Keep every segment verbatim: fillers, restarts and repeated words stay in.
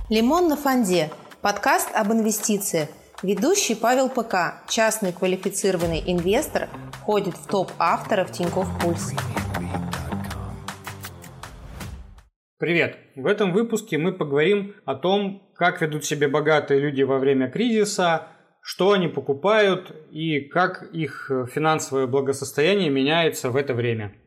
Лимон на фонде. Подкаст об инвестициях. Ведущий Павел Пк, частный квалифицированный инвестор, входит в топ авторов Тинькофф Пульс. Привет! В этом выпуске мы поговорим о том, как ведут себя богатые люди во время кризиса, что они покупают и как их финансовое благосостояние меняется в это время.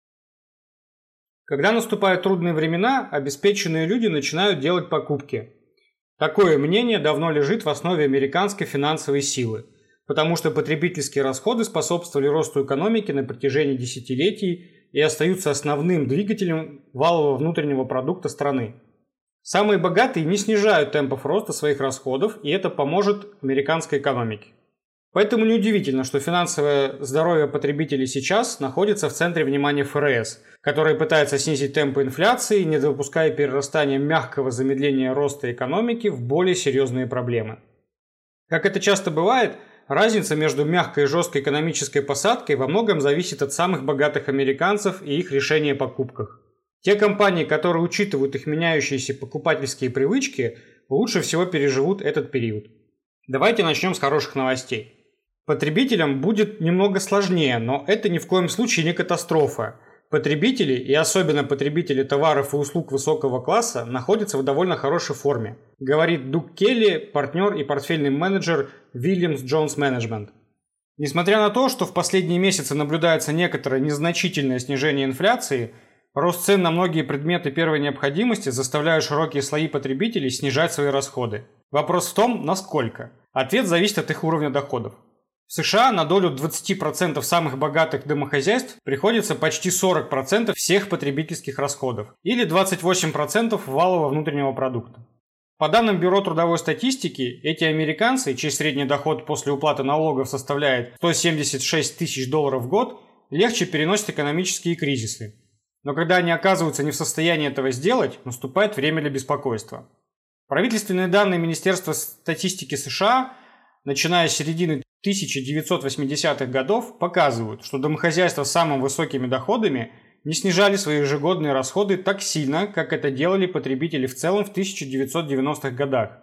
Когда наступают трудные времена, обеспеченные люди начинают делать покупки. Такое мнение давно лежит в основе американской финансовой силы, потому что потребительские расходы способствовали росту экономики на протяжении десятилетий и остаются основным двигателем валового внутреннего продукта страны. Самые богатые не снижают темпов роста своих расходов, и это поможет американской экономике. Поэтому неудивительно, что финансовое здоровье потребителей сейчас находится в центре внимания эф эр эс, который пытается снизить темпы инфляции, не допуская перерастания мягкого замедления роста экономики в более серьезные проблемы. Как это часто бывает, разница между мягкой и жесткой экономической посадкой во многом зависит от самых богатых американцев и их решения о покупках. Те компании, которые учитывают их меняющиеся покупательские привычки, лучше всего переживут этот период. Давайте начнем с хороших новостей. Потребителям будет немного сложнее, но это ни в коем случае не катастрофа. Потребители, и особенно потребители товаров и услуг высокого класса, находятся в довольно хорошей форме, говорит Дуг Келли, партнер и портфельный менеджер Williams Jones Management. Несмотря на то, что в последние месяцы наблюдается некоторое незначительное снижение инфляции, рост цен на многие предметы первой необходимости заставляют широкие слои потребителей снижать свои расходы. Вопрос в том, насколько. Ответ зависит от их уровня доходов. В США на долю двадцать процентов самых богатых домохозяйств приходится почти сорок процентов всех потребительских расходов, или двадцать восемь процентов валового внутреннего продукта. По данным Бюро трудовой статистики, эти американцы, чей средний доход после уплаты налогов составляет сто семьдесят шесть тысяч долларов в год, легче переносят экономические кризисы. Но когда они оказываются не в состоянии этого сделать, наступает время для беспокойства. Правительственные данные Министерства статистики США, начиная с середины тысяча девятьсот восьмидесятых годов, показывают, что домохозяйства с самыми высокими доходами не снижали свои ежегодные расходы так сильно, как это делали потребители в целом в тысяча девятьсот девяностых годах.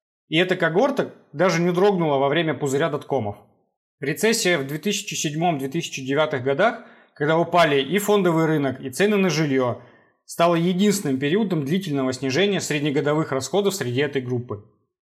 И эта когорта даже не дрогнула во время пузыря доткомов. Рецессия в две тысячи седьмом - две тысячи девятых годах, когда упали и фондовый рынок, и цены на жилье, стала единственным периодом длительного снижения среднегодовых расходов среди этой группы.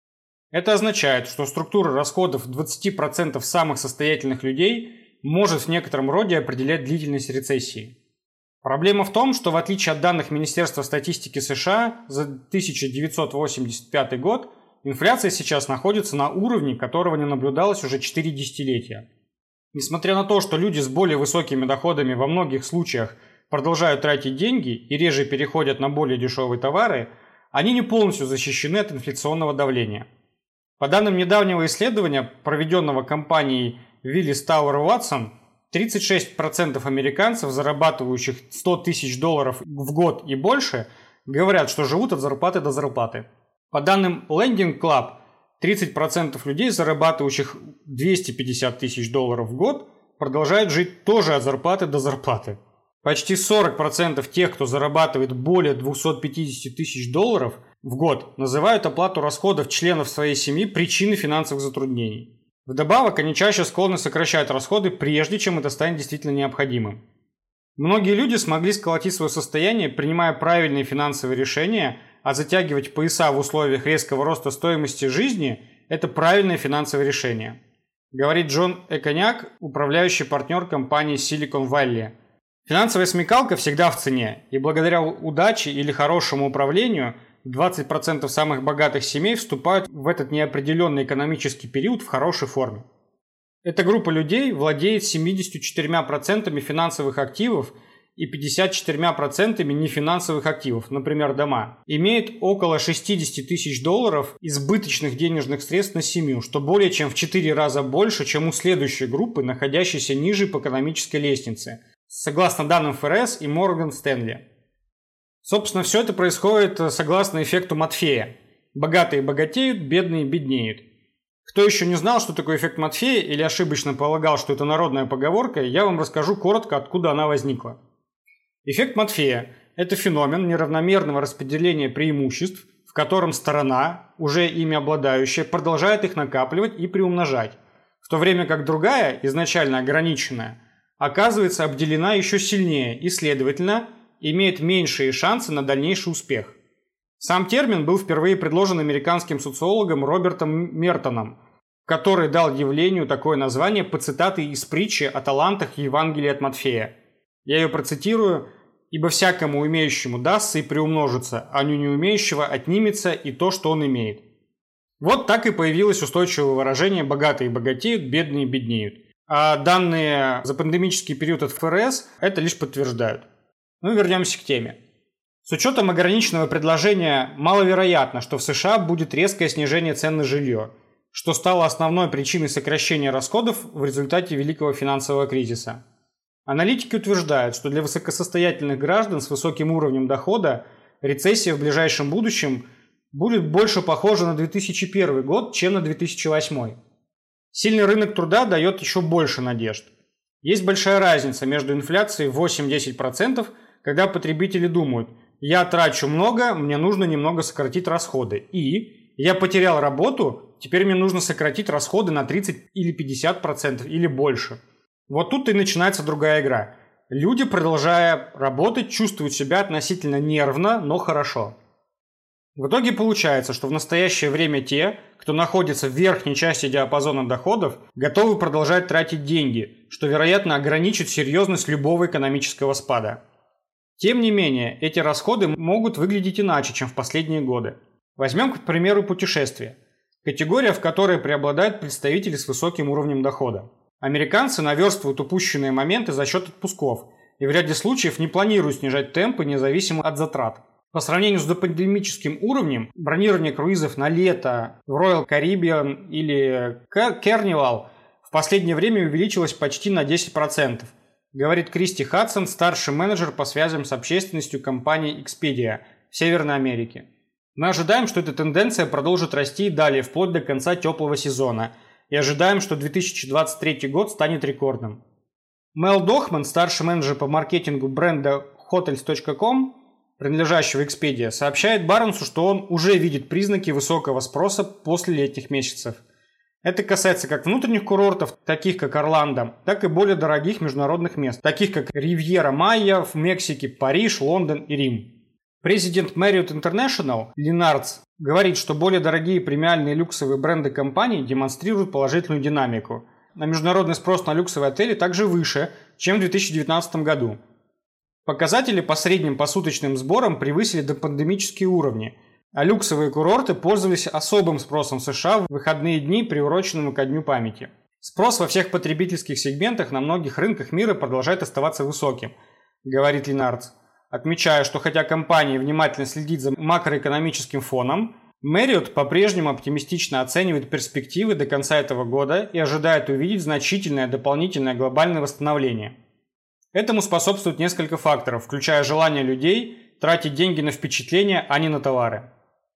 Это означает, что структура расходов двадцати процентов самых состоятельных людей может в некотором роде определять длительность рецессии. Проблема в том, что в отличие от данных Министерства статистики США за тысяча девятьсот восемьдесят пятый год, инфляция сейчас находится на уровне, которого не наблюдалось уже четыре десятилетия. Несмотря на то, что люди с более высокими доходами во многих случаях продолжают тратить деньги и реже переходят на более дешевые товары, они не полностью защищены от инфляционного давления. По данным недавнего исследования, проведенного компанией Willis Tower Watson, тридцать шесть процентов американцев, зарабатывающих сто тысяч долларов в год и больше, говорят, что живут от зарплаты до зарплаты. По данным Lending Club, тридцать процентов людей, зарабатывающих двести пятьдесят тысяч долларов в год, продолжают жить тоже от зарплаты до зарплаты. Почти сорок процентов тех, кто зарабатывает более двухсот пятидесяти тысяч долларов в год, называют оплату расходов членов своей семьи причиной финансовых затруднений. Вдобавок, они чаще склонны сокращать расходы, прежде чем это станет действительно необходимым. Многие люди смогли сколотить свое состояние, принимая правильные финансовые решения, а затягивать пояса в условиях резкого роста стоимости жизни – это правильное финансовое решение, говорит Джон Эконяк, управляющий партнер компании Silicon Valley. Финансовая смекалка всегда в цене, и благодаря удаче или хорошему управлению двадцать процентов самых богатых семей вступают в этот неопределенный экономический период в хорошей форме. Эта группа людей владеет семьюдесятью четырьмя процентами финансовых активов и пятьдесят четырьмя процентами нефинансовых активов, например, дома, имеет около шестьдесят тысяч долларов избыточных денежных средств на семью, что более чем в четыре раза больше, чем у следующей группы, находящейся ниже по экономической лестнице, согласно данным эф эр эс и Morgan Stanley. Собственно, все это происходит согласно эффекту Матфея. Богатые богатеют, бедные беднеют. Кто еще не знал, что такое эффект Матфея, или ошибочно полагал, что это народная поговорка, я вам расскажу коротко, откуда она возникла. Эффект Матфея – это феномен неравномерного распределения преимуществ в в котором сторона, уже ими обладающая, продолжает их накапливать и приумножать, в то время как другая, изначально ограниченная, оказывается обделена еще сильнее и, следовательно, имеет меньшие шансы на дальнейший успех. Сам термин был впервые предложен американским социологом Робертом Мертоном, который дал явлению такое название по цитате из притчи о талантах Евангелия от Матфея. Я ее процитирую: «Ибо всякому умеющему дастся и приумножится, а не умеющего отнимется и то, что он имеет». Вот так и появилось устойчивое выражение «богатые богатеют, бедные беднеют». А данные за пандемический период от эф эр эс это лишь подтверждают. Ну и вернемся к теме. С учетом ограниченного предложения маловероятно, что в США будет резкое снижение цен на жилье, что стало основной причиной сокращения расходов в результате великого финансового кризиса. Аналитики утверждают, что для высокосостоятельных граждан с высоким уровнем дохода рецессия в ближайшем будущем будет больше похожа на две тысячи первый год, чем на две тысячи восьмой. Сильный рынок труда дает еще больше надежд. Есть большая разница между инфляцией восемь-десять процентов, когда потребители думают: «Я трачу много, мне нужно немного сократить расходы», и «Я потерял работу, теперь мне нужно сократить расходы на тридцать или пятьдесят процентов или больше». Вот тут и начинается другая игра. Люди, продолжая работать, чувствуют себя относительно нервно, но хорошо. В итоге получается, что в настоящее время те, кто находится в верхней части диапазона доходов, готовы продолжать тратить деньги, что, вероятно, ограничит серьезность любого экономического спада. Тем не менее, эти расходы могут выглядеть иначе, чем в последние годы. Возьмем, к примеру, путешествия. Категория, в которой преобладают представители с высоким уровнем дохода. Американцы наверстывают упущенные моменты за счет отпусков и в ряде случаев не планируют снижать темпы независимо от затрат. По сравнению с допандемическим уровнем, бронирование круизов на лето в Royal Caribbean или Carnival в последнее время увеличилось почти на десять процентов, говорит Кристи Хадсон, старший менеджер по связям с общественностью компании Expedia в Северной Америке. Мы ожидаем, что эта тенденция продолжит расти и далее, вплоть до конца теплого сезона, и ожидаем, что две тысячи двадцать третий год станет рекордным. Мел Дохман, старший менеджер по маркетингу бренда Hotels точка ком, принадлежащего Expedia, сообщает Барнсу, что он уже видит признаки высокого спроса после летних месяцев. Это касается как внутренних курортов, таких как Орландо, так и более дорогих международных мест, таких как Ривьера Майя в Мексике, Париж, Лондон и Рим. Президент Marriott International Ленардс говорит, что более дорогие премиальные люксовые бренды компании демонстрируют положительную динамику. А международный спрос на люксовые отели также выше, чем в две тысячи девятнадцатом году. Показатели по средним посуточным сборам превысили допандемические уровни, а люксовые курорты пользовались особым спросом в США в выходные дни, приуроченные ко Дню памяти. Спрос во всех потребительских сегментах на многих рынках мира продолжает оставаться высоким, говорит Ленардс, отмечая, что хотя компания внимательно следит за макроэкономическим фоном, Marriott по-прежнему оптимистично оценивает перспективы до конца этого года и ожидает увидеть значительное дополнительное глобальное восстановление. Этому способствует несколько факторов, включая желание людей тратить деньги на впечатления, а не на товары.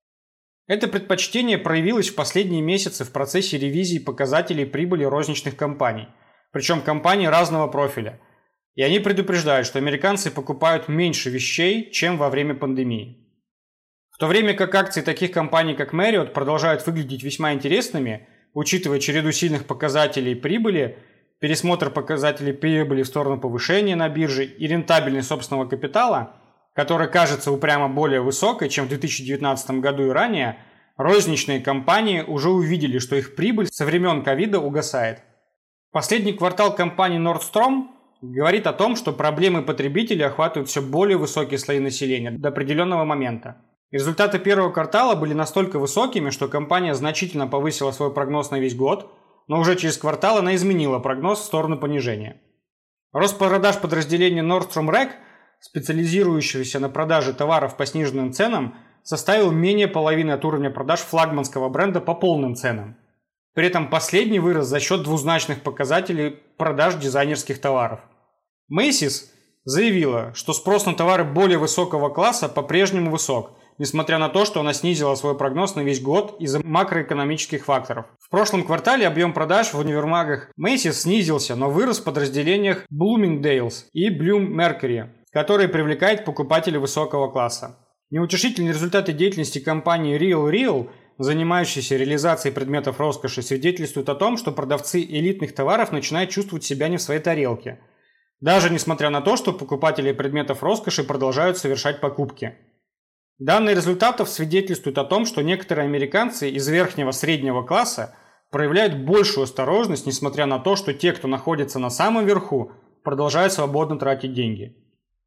Это предпочтение проявилось в последние месяцы в процессе ревизии показателей прибыли розничных компаний, причем компаний разного профиля. И они предупреждают, что американцы покупают меньше вещей, чем во время пандемии. В то время как акции таких компаний, как Marriott, продолжают выглядеть весьма интересными, учитывая череду сильных показателей прибыли, пересмотр показателей прибыли в сторону повышения на бирже и рентабельность собственного капитала, которая кажется упрямо более высокой, чем в две тысячи девятнадцатом году и ранее, розничные компании уже увидели, что их прибыль со времен ковида угасает. Последний квартал компании Nordstrom говорит о том, что проблемы потребителей охватывают все более высокие слои населения до определенного момента. Результаты первого квартала были настолько высокими, что компания значительно повысила свой прогноз на весь год, но уже через квартал она изменила прогноз в сторону понижения. Рост продаж подразделения Nordstrom Rack, специализирующегося на продаже товаров по сниженным ценам, составил менее половины от уровня продаж флагманского бренда по полным ценам. При этом последний вырос за счет двузначных показателей продаж дизайнерских товаров. Macy's заявила, что спрос на товары более высокого класса по-прежнему высок, несмотря на то, что она снизила свой прогноз на весь год из-за макроэкономических факторов. В прошлом квартале объем продаж в универмагах Macy's снизился, но вырос в подразделениях Bloomingdale's и Blume Mercury, которые привлекают покупателей высокого класса. Неутешительные результаты деятельности компании RealReal, занимающейся реализацией предметов роскоши, свидетельствуют о том, что продавцы элитных товаров начинают чувствовать себя не в своей тарелке. Даже несмотря на то, что покупатели предметов роскоши продолжают совершать покупки. Данные результатов свидетельствуют о том, что некоторые американцы из верхнего среднего класса проявляют большую осторожность, несмотря на то, что те, кто находится на самом верху, продолжают свободно тратить деньги.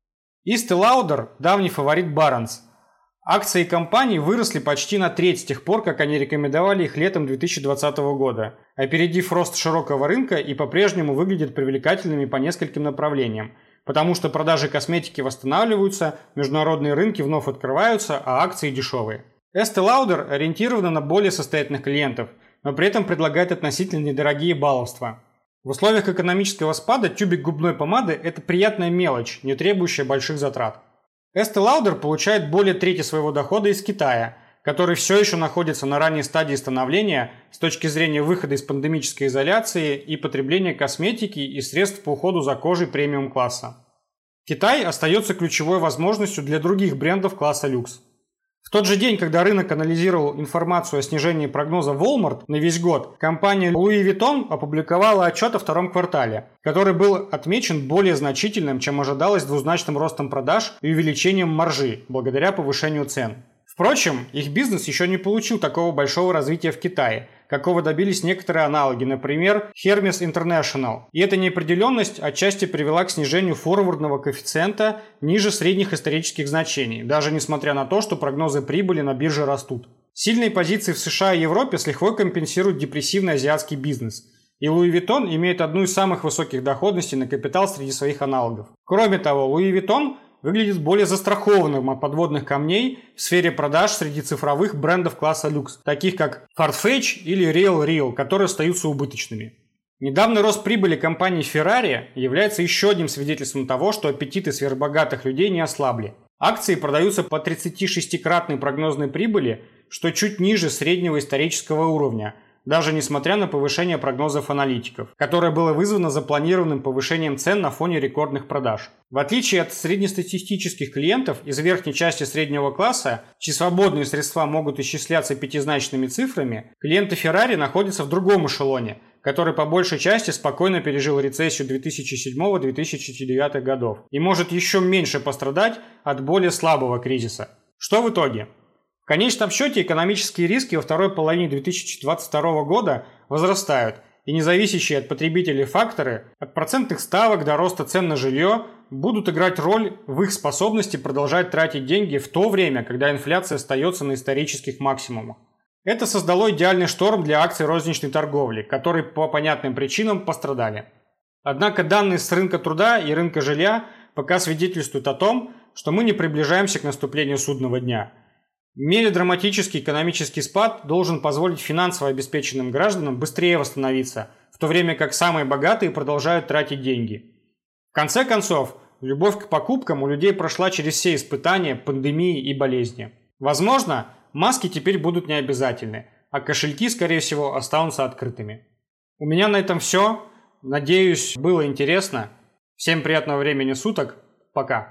Estée Lauder – давний фаворит Barron's. Акции компании выросли почти на треть с тех пор, как они рекомендовали их летом две тысячи двадцатого года, опередив рост широкого рынка и по-прежнему выглядят привлекательными по нескольким направлениям, потому что продажи косметики восстанавливаются, международные рынки вновь открываются, а акции дешевые. Estée Lauder ориентирована на более состоятельных клиентов, но при этом предлагает относительно недорогие баловства. В условиях экономического спада тюбик губной помады – это приятная мелочь, не требующая больших затрат. Estée Lauder получает более трети своего дохода из Китая, который все еще находится на ранней стадии становления с точки зрения выхода из пандемической изоляции и потребления косметики и средств по уходу за кожей премиум-класса. Китай остается ключевой возможностью для других брендов класса люкс. В тот же день, когда рынок анализировал информацию о снижении прогноза Walmart на весь год, компания Louis Vuitton опубликовала отчет о втором квартале, который был отмечен более значительным, чем ожидалось, двузначным ростом продаж и увеличением маржи, благодаря повышению цен. Впрочем, их бизнес еще не получил такого большого развития в Китае, какого добились некоторые аналоги, например, Hermes International. И эта неопределенность отчасти привела к снижению форвардного коэффициента ниже средних исторических значений, даже несмотря на то, что прогнозы прибыли на бирже растут. Сильные позиции в США и Европе с лихвой компенсируют депрессивный азиатский бизнес. И Louis Vuitton имеет одну из самых высоких доходностей на капитал среди своих аналогов. Кроме того, Louis Vuitton выглядит более застрахованным от подводных камней в сфере продаж среди цифровых брендов класса люкс, таких как Farfetch или RealReal, которые остаются убыточными. Недавний рост прибыли компании Ferrari является еще одним свидетельством того, что аппетиты сверхбогатых людей не ослабли. Акции продаются по тридцатишестикратной прогнозной прибыли, что чуть ниже среднего исторического уровня, даже несмотря на повышение прогнозов аналитиков, которое было вызвано запланированным повышением цен на фоне рекордных продаж. В отличие от среднестатистических клиентов из верхней части среднего класса, чьи свободные средства могут исчисляться пятизначными цифрами, клиенты Ferrari находятся в другом эшелоне, который по большей части спокойно пережил рецессию две тысячи седьмого - две тысячи девятого годов и может еще меньше пострадать от более слабого кризиса. Что в итоге? В конечном счете экономические риски во второй половине две тысячи двадцать второго года возрастают, и независящие от потребителей факторы, от процентных ставок до роста цен на жилье, будут играть роль в их способности продолжать тратить деньги в то время, когда инфляция остается на исторических максимумах. Это создало идеальный шторм для акций розничной торговли, которые по понятным причинам пострадали. Однако данные с рынка труда и рынка жилья пока свидетельствуют о том, что мы не приближаемся к наступлению судного дня. Менее драматический экономический спад должен позволить финансово обеспеченным гражданам быстрее восстановиться, в то время как самые богатые продолжают тратить деньги. В конце концов, любовь к покупкам у людей прошла через все испытания, пандемии и болезни. Возможно, маски теперь будут необязательны, а кошельки, скорее всего, останутся открытыми. У меня на этом все. Надеюсь, было интересно. Всем приятного времени суток. Пока.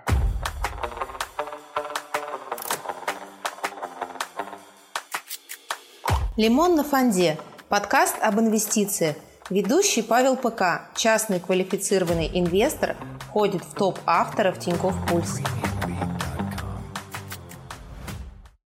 «Лимон на фонде» – подкаст об инвестициях. Ведущий Павел Пк, частный квалифицированный инвестор, входит в топ авторов Тинькофф Пульс.